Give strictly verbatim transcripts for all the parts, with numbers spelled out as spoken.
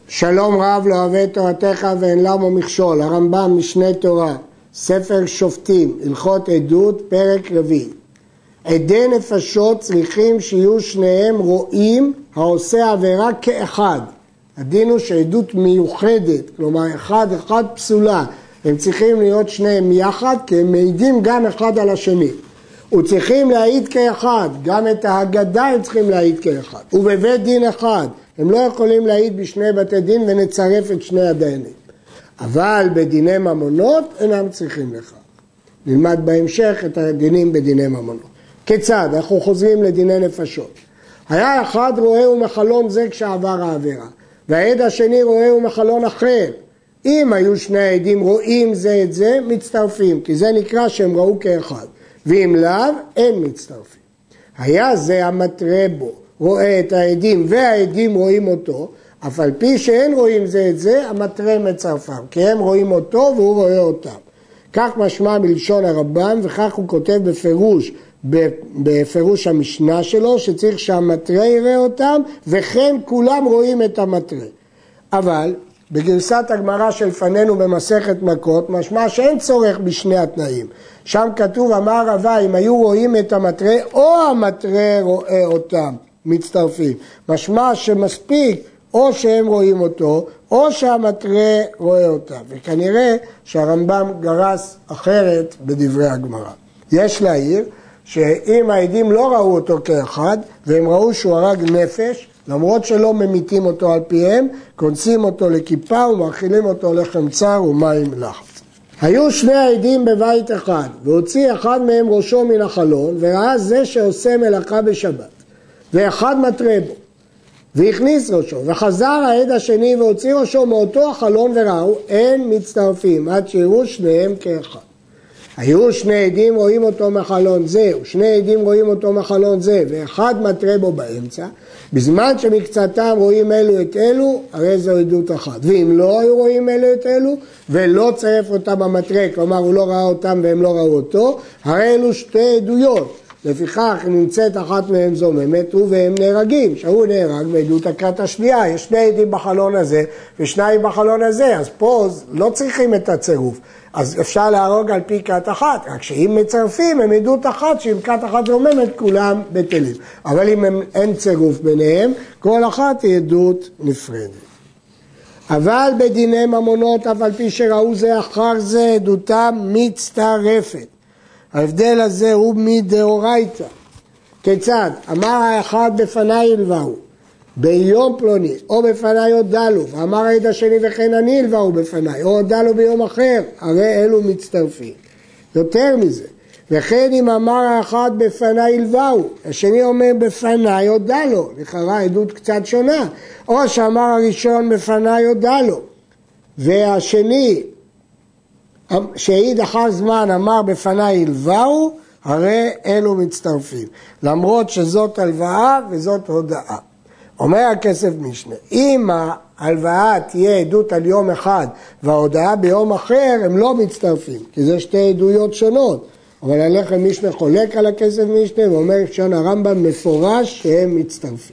שלום רב לא אוהב תורתך ואין למו מכשול, הרמב"ם משנה תורה, ספר שופטים, הלכות עדות, פרק רביעי. עדי נפשות צריכים שיהיו שניהם רואים העושה עבירה כאחד. הדין הוא שעדות מיוחדת, כלומר אחד אחד פסולה, הם צריכים להיות שניהם יחד כי הם מעידים גם אחד על השני. וצריכים להעיד כאחד, גם את ההגדה הם צריכים להעיד כאחד. ובבית דין אחד, הם לא יכולים להעיד בשני בתי דין ונצרף את שני הדיינים. אבל בדיני ממונות אינם צריכים לכך. נלמד בהמשך את הדינים בדיני ממונות. כיצד? אנחנו חוזרים לדיני נפשות. היה אחד רואה ומחלון זה כשעבר העבירה, והעד השני רואה ומחלון אחר. אם היו שני העדים רואים זה את זה, מצטרפים, כי זה נקרא שהם ראו כאחד. ואם לאו, אין מצטרפים. היה זה המטרה בו, רואה את העדים והעדים רואים אותו, אף על פי שאין רואים זה את זה, המטרה מצרפם, כי הם רואים אותו והוא רואה אותם. כך משמע מלשון הרמב"ם, וכך הוא כותב בפירוש, בפירוש המשנה שלו, שצריך שהמטרה יראה אותם, וכן כולם רואים את המטרה. אבל בגרסת הגמרא שלפנינו במסכת מכות, משמע שאין צורך בשני התנאים. שם כתוב, אמר רבא, אם היו רואים את המטרה, או המטרה רואה אותם, מצטרפים. משמע שמספיק, או שהם רואים אותו, או שהמטרה רואה אותם. וכנראה שהרמב"ם גרס אחרת בדברי הגמרא. יש להעיר שאם העדים לא ראו אותו כאחד, והם ראו שהוא הרג נפש, למרות שלא ממיתים אותו על פיהם, כונסים אותו לכיפה ומאכילים אותו לחם צר ומים לחץ. היו שני העדים בבית אחד, והוציא אחד מהם ראשו מן החלון, וראה זה שעושה מלאכה בשבת, ואחד מטרה בו, והכניס ראשו, וחזר העד השני והוציא ראשו מאותו החלון וראו, אין מצטרפים, עד שיראו שניהם כאחד. היו שני עדים רואים אותו מחלון זה, ושני עדים רואים אותו מחלון זה, ואחד מטרה בו באמצע, בזמן שמקצתם רואים אלו את אלו, הרי זו עדות אחת. ואם לא היו רואים אלו את אלו, ולא צרף אותם במטרה, כלומר הוא לא ראה אותם והם לא ראו אותו, הרי אלו שתי עדויות. לפיכך נמצאת אחת מהם זוממת והם נהרגים, שהוא נהרג בעדות הכת השנייה, יש שני עדים בחלון הזה ושניים בחלון הזה, אז פה לא צריכים את הצירוף, אז אפשר להרוג על פי כת אחת, רק שאם מצרפים הם עדות אחת, שאם כת אחת זוממת כולם בטלים, אבל אם הם, אין צירוף ביניהם, כל אחת היא עדות נפרדת. אבל בדיני ממונות, אף על פי שראו זה אחר זה, עדותם מצטרפת. ההבדל הזה הוא מדאורייתא. כיצד? אמר האחד בפני הלווהו, ביום פלוני, או בפני הודע לו, ואמר העד השני וכן אני הלווהו בפני, או הודע לו ביום אחר, הרי אלו מצטרפים. יותר מזה, וכן אם אמר האחד בפני הלווהו, השני אומר בפני הודע לו, לכאורה עדות קצת שונה, או שאמר הראשון בפני הודע לו, והשני שהעיד אחר זמן אמר בפני הלווהו, הרי אלו מצטרפים. למרות שזאת הלוואה וזאת הודעה. אומר הכסף משנה, אם ההלוואה תהיה עדות על יום אחד וההודעה ביום אחר, הם לא מצטרפים, כי זה שתי עדויות שונות. אבל הלחם משנה חולק על הכסף משנה ואומר שון הרמב"ם מפורש שהם מצטרפים.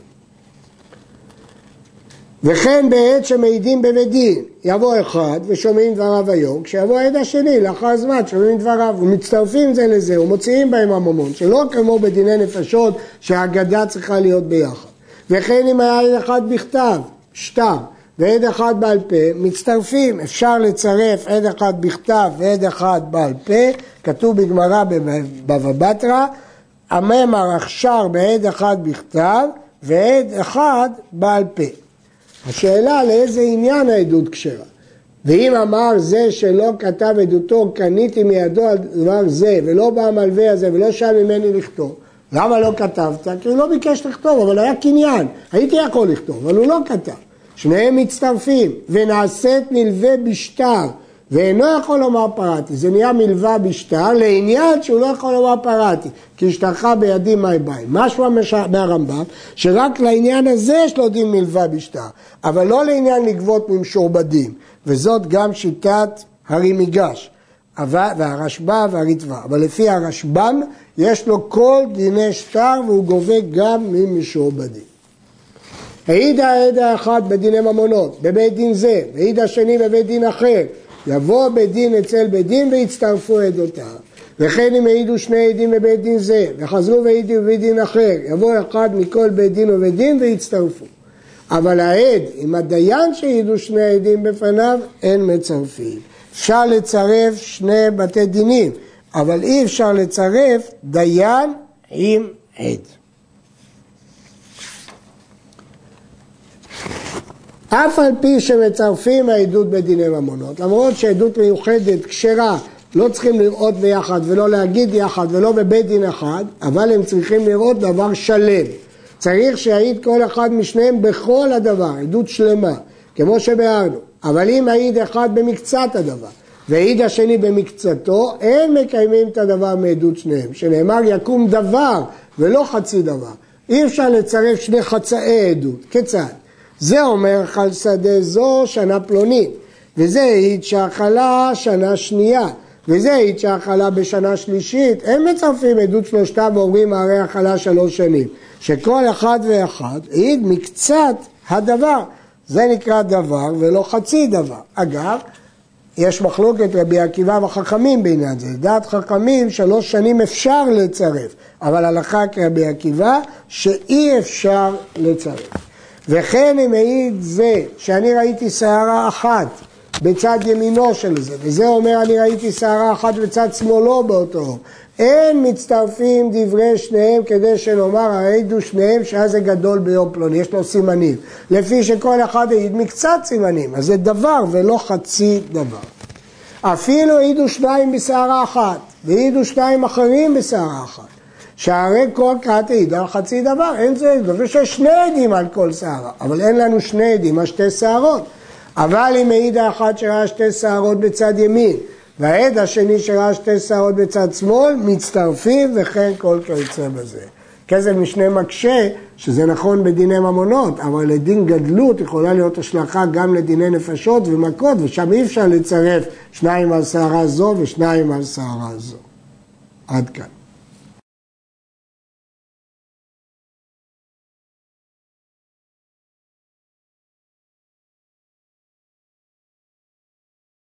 וכן בעת שמעידים בבית דין, יבוא אחד ושומעים דבריו היום, כשיבוא העד השני לאחר זמן שומעים דבריו ומצטרפים זה לזה ומוציאים בהם הממון, שלא כמו בדיני נפשות שההגדה צריכה להיות ביחד. וכן אם היה עד אחד בכתב, שטר, ועד אחד בעל פה, מצטרפים, אפשר לצרף עד אחד בכתב ועד אחד בעל פה, כתוב בגמרא בבבא בתרא, הממר הכשר בעד אחד בכתב ועד אחד בעל פה. השאלה לאיזה עניין העדות כשרה. ואם אמר זה שלא כתב עדותו, קניתי מידו על דבר זה, ולא בא המלווה הזה, ולא שאל ממני לכתוב. למה לא כתבת? כי הוא לא ביקש לכתוב, אבל היה קניין. הייתי יכול לכתוב, אבל הוא לא כתב. שניהם מצטרפים, ונעשית מלווה בשטר, ואינו יכול לומר פרעתי. זה נהיה מלווה בשטר, לעניין שהוא לא יכול לומר פרעתי, כי השתרכה בידי מי ביי. משהו מהרמב"ם, שרק לעניין הזה יש לו דין מלווה בשטר, אבל לא לעניין לגבות ממשועבדים, וזאת גם שיטת הרימיגש, והרשב"א והריטב"א. אבל לפי הרשב"ם, יש לו כל דיני שטר, והוא גובה גם ממשועבדים. העיד העד האחד בדיני ממונות, בבית דין זה, והעיד השני בבית דין אחר, יבוא בית דין אצל בית דין ויצטרפו עדותיו. וכן אם העידו שני עדים בבית דין זה, וחזרו והעידו בבית דין אחר, יבוא אחד מכל בית דין ובית דין ויצטרפו. אבל העד, עם הדיין שהעידו שני עדים בפניו, אין מצרפים. אפשר לצרף שני בתי דינים, אבל אי אפשר לצרף דיין עם עד. אף על פי שמצרפים העדות בדיני ממונות, למרות שעדות מיוחדת, כשרה, לא צריכים לראות ביחד ולא להגיד יחד ולא בבית דין אחד, אבל הם צריכים לראות דבר שלם. צריך שיעיד כל אחד משניהם בכל הדבר, עדות שלמה, כמו שבארנו. אבל אם העיד אחד במקצת הדבר, והעיד השני במקצתו, אין מקיימים את הדבר מעדות שניהם, שנאמר יקום דבר ולא חצי דבר. אי אפשר לצרף שני חצאי עדות. כיצד? זה אומר חל שדה זו שנה פלונית, וזה העיד שהחלה שנה שנייה, וזה העיד שהחלה בשנה שלישית. אין מצרפים עדות שלושתם ואומרים הרי החלה שלוש שנים, שכל אחד ואחד העיד מקצת הדבר. זה נקרא דבר ולא חצי דבר. אגב, יש מחלוקת רבי עקיבא וחכמים בעניין זה. דעת חכמים שלוש שנים אפשר לצרף, אבל הלכה כרבי עקיבא שאי אפשר לצרף. וכן אם העיד זה שאני ראיתי שערה אחת בצד ימינו של זה, וזה אומר אני ראיתי שערה אחת בצד שמאלו באותו, אין מצטרפים דברי שניהם כדי שנאמר העידו שניהם שאז זה גדול ביום פלוני, יש לו סימנים, לפי שכל אחד העיד מקצת סימנים, אז זה דבר ולא חצי דבר. אפילו העידו שניים בשערה אחת, והעידו שניים אחרים בשערה אחת, שהרי כל קראת העיד על חצי דבר, אין זה, זה שיש שני עדים על כל שערה, אבל אין לנו שני עדים על שתי שערות. אבל אם העיד האחד שראה שתי שערות בצד ימין, והעד השני שראה שתי שערות בצד שמאל, מצטרפים וכן כל כיוצא בזה. כזב משנה מקשה, שזה נכון בדיני ממונות, אבל לדין גדלות יכולה להיות השלכה גם לדיני נפשות ומכות, ושם אי אפשר לצרף שניים על שערה זו ושניים על שערה זו. עד כאן.